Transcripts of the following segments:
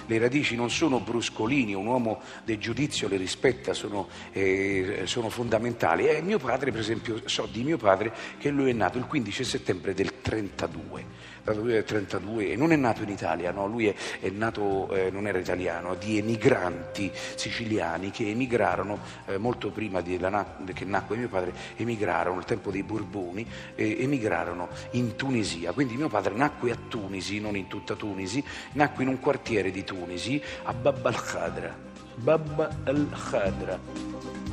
le radici non sono bruscolini, un uomo del giudizio le rispetta, sono fondamentali. E mio padre, per esempio, so di mio padre che lui è nato il 15 settembre del 32. Lui è 32 e non è nato in Italia, no, lui è nato, non era italiano, di emigranti siciliani che emigrarono molto prima che nacque mio padre, emigrarono al tempo dei Borboni, emigrarono in Tunisia. Quindi mio padre nacque a Tunisi, non in tutta Tunisi, nacque in un quartiere di Tunisi, a Bab al-Khadra. Bab al-Khadra.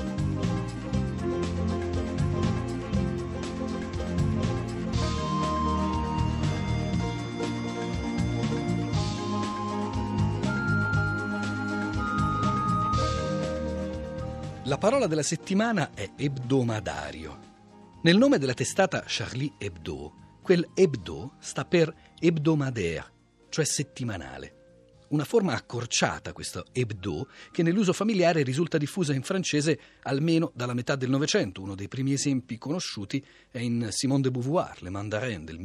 La parola della settimana è ebdomadario. Nel nome della testata Charlie Hebdo, quel hebdo sta per hebdomadaire, cioè settimanale. Una forma accorciata, questo hebdo, che nell'uso familiare risulta diffusa in francese almeno dalla metà del Novecento. Uno dei primi esempi conosciuti è in Simone de Beauvoir, Le Mandarin del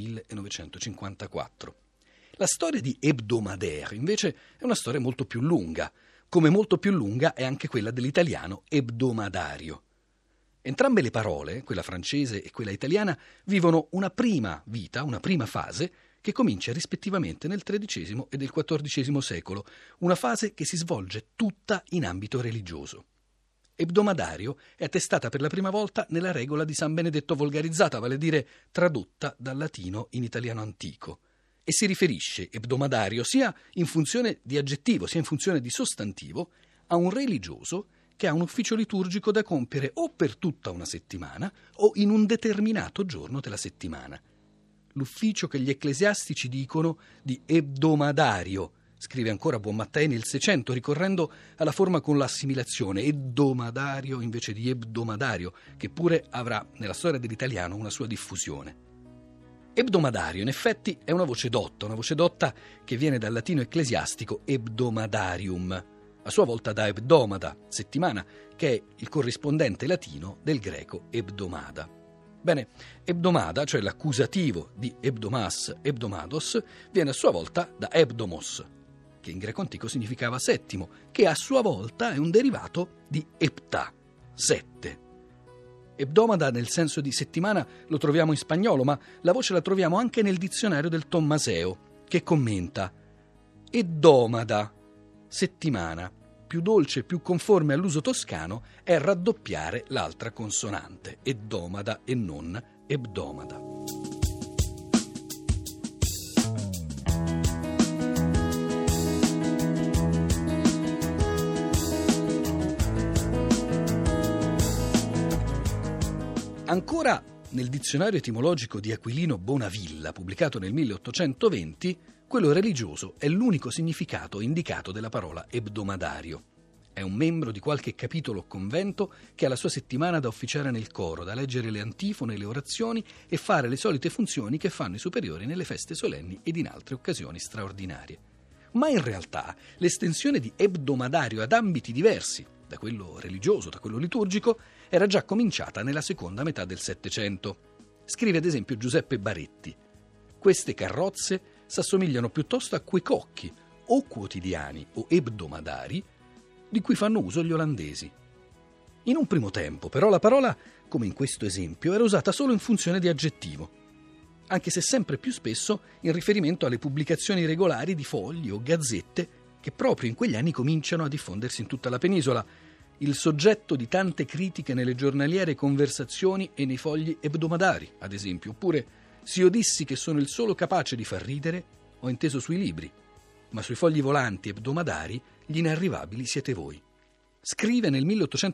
1954. La storia di hebdomadaire, invece, è una storia molto più lunga. Come molto più lunga è anche quella dell'italiano ebdomadario. Entrambe le parole, quella francese e quella italiana, vivono una prima vita, una prima fase, che comincia rispettivamente nel XIII e del XIV secolo, una fase che si svolge tutta in ambito religioso. Ebdomadario è attestata per la prima volta nella regola di San Benedetto volgarizzata, vale a dire tradotta dal latino in italiano antico. E si riferisce, ebdomadario, sia in funzione di aggettivo, sia in funzione di sostantivo, a un religioso che ha un ufficio liturgico da compiere o per tutta una settimana o in un determinato giorno della settimana. L'ufficio che gli ecclesiastici dicono di ebdomadario, scrive ancora Buonmattei nel 600, ricorrendo alla forma con l'assimilazione, ebdomadario invece di ebdomadario, che pure avrà nella storia dell'italiano una sua diffusione. Ebdomadario, in effetti, è una voce dotta che viene dal latino ecclesiastico ebdomadarium, a sua volta da ebdomada, settimana, che è il corrispondente latino del greco ebdomada. Bene, ebdomada, cioè l'accusativo di ebdomas, ebdomados, viene a sua volta da ebdomos, che in greco antico significava settimo, che a sua volta è un derivato di epta, sette. Ebdomada nel senso di settimana lo troviamo in spagnolo, ma la voce la troviamo anche nel dizionario del Tommaseo, che commenta: eddomada, settimana, più dolce e più conforme all'uso toscano è raddoppiare l'altra consonante, eddomada e non ebdomada. Ancora nel dizionario etimologico di Aquilino Bonavilla, pubblicato nel 1820, quello religioso è l'unico significato indicato della parola ebdomadario. È un membro di qualche capitolo o convento che ha la sua settimana da officiare nel coro, da leggere le antifone, le orazioni e fare le solite funzioni che fanno i superiori nelle feste solenni ed in altre occasioni straordinarie. Ma in realtà l'estensione di ebdomadario ad ambiti diversi, da quello religioso, da quello liturgico, era già cominciata nella seconda metà del Settecento. Scrive ad esempio Giuseppe Baretti: queste carrozze s'assomigliano piuttosto a quei cocchi, o quotidiani o ebdomadari, di cui fanno uso gli olandesi. In un primo tempo, però, la parola, come in questo esempio, era usata solo in funzione di aggettivo, anche se sempre più spesso in riferimento alle pubblicazioni regolari di fogli o gazzette che proprio in quegli anni cominciano a diffondersi in tutta la penisola, il soggetto di tante critiche nelle giornaliere conversazioni e nei fogli ebdomadari, ad esempio, oppure s'io dissi che sono il solo capace di far ridere, ho inteso sui libri, ma sui fogli volanti ebdomadari gli inarrivabili siete voi. Scrive nel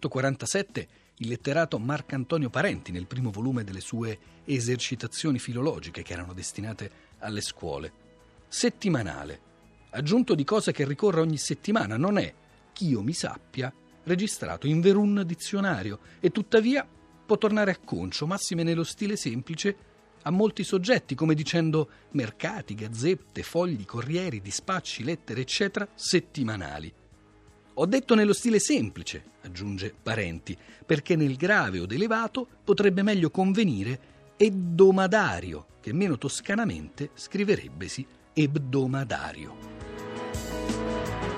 1847 il letterato Marcantonio Parenti nel primo volume delle sue esercitazioni filologiche che erano destinate alle scuole. Settimanale, aggiunto di cosa che ricorre ogni settimana, non è, ch'io mi sappia, registrato in verun dizionario e tuttavia può tornare a concio, massime nello stile semplice, a molti soggetti, come dicendo mercati, gazzette, fogli, corrieri, dispacci, lettere, eccetera, settimanali. Ho detto nello stile semplice, aggiunge Parenti, perché nel grave o elevato potrebbe meglio convenire ebdomadario, che meno toscanamente scriverebbesi ebdomadario.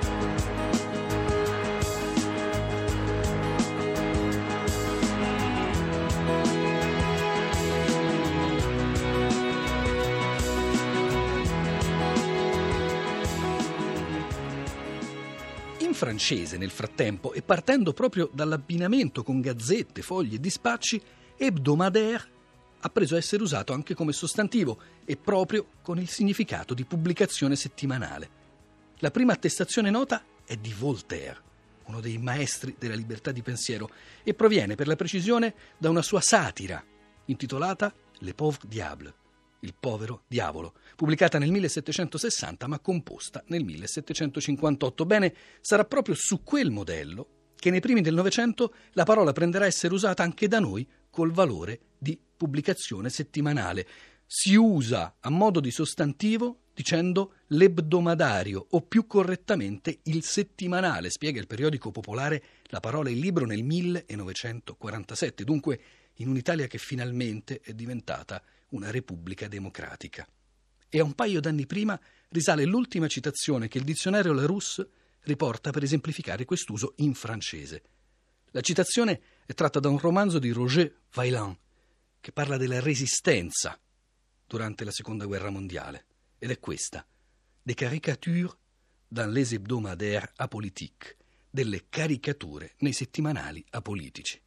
francese, nel frattempo, e partendo proprio dall'abbinamento con gazzette, fogli e dispacci, hebdomadaire ha preso a essere usato anche come sostantivo e proprio con il significato di pubblicazione settimanale. La prima attestazione nota è di Voltaire, uno dei maestri della libertà di pensiero, e proviene per la precisione da una sua satira intitolata Le pauvre diable, il povero diavolo, pubblicata nel 1760 ma composta nel 1758. Bene, sarà proprio su quel modello che nei primi del Novecento la parola prenderà a essere usata anche da noi col valore di pubblicazione settimanale. Si usa a modo di sostantivo dicendo l'ebdomadario o più correttamente il settimanale, spiega il periodico popolare La Parola e il Libro nel 1947, dunque in un'Italia che finalmente è diventata una repubblica democratica. E a un paio d'anni prima risale l'ultima citazione che il dizionario Larousse riporta per esemplificare quest'uso in francese. La citazione è tratta da un romanzo di Roger Vaillant che parla della resistenza durante la Seconda Guerra Mondiale, ed è questa: Des caricatures dans les hebdomadaires apolitiques, delle caricature nei settimanali apolitici.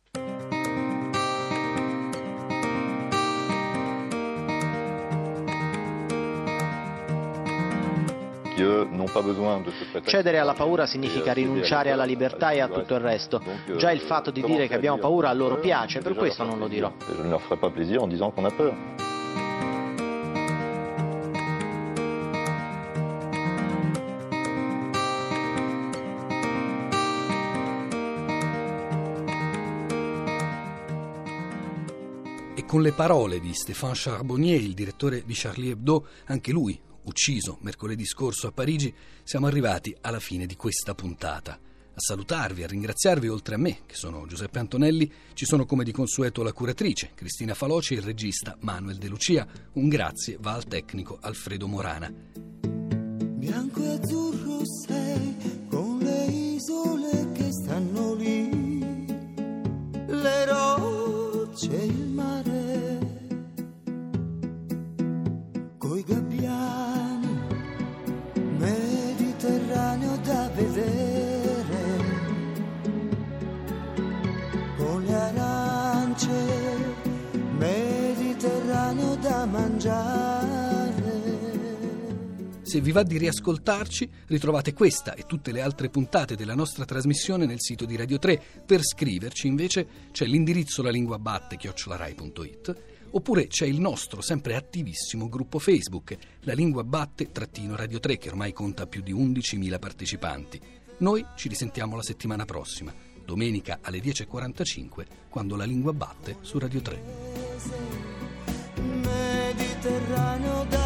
Cedere alla paura significa rinunciare alla libertà e a tutto il resto. Già il fatto di dire che abbiamo paura a loro piace, per questo non lo dirò. E con le parole di Stéphane Charbonnier, il direttore di Charlie Hebdo, anche lui ucciso mercoledì scorso a Parigi, siamo arrivati alla fine di questa puntata. A salutarvi, a ringraziarvi, oltre a me, che sono Giuseppe Antonelli, ci sono come di consueto la curatrice Cristina Faloci e il regista Manuel De Lucia. Un grazie va al tecnico Alfredo Morana. Bianco e azzurro sei, con le isole che stanno lì, le rocce, il mare, coi gabbiani, Mediterraneo da vedere, con le arance, Mediterraneo da mangiare. Se vi va di riascoltarci, ritrovate questa e tutte le altre puntate della nostra trasmissione nel sito di Radio 3. Per scriverci invece c'è l'indirizzo lalinguabatte@rai.it, oppure c'è il nostro sempre attivissimo gruppo Facebook, La Lingua Batte-Radio 3, che ormai conta più di 11.000 partecipanti. Noi ci risentiamo la settimana prossima, domenica alle 10:45, quando La Lingua Batte su Radio 3. Mediterraneo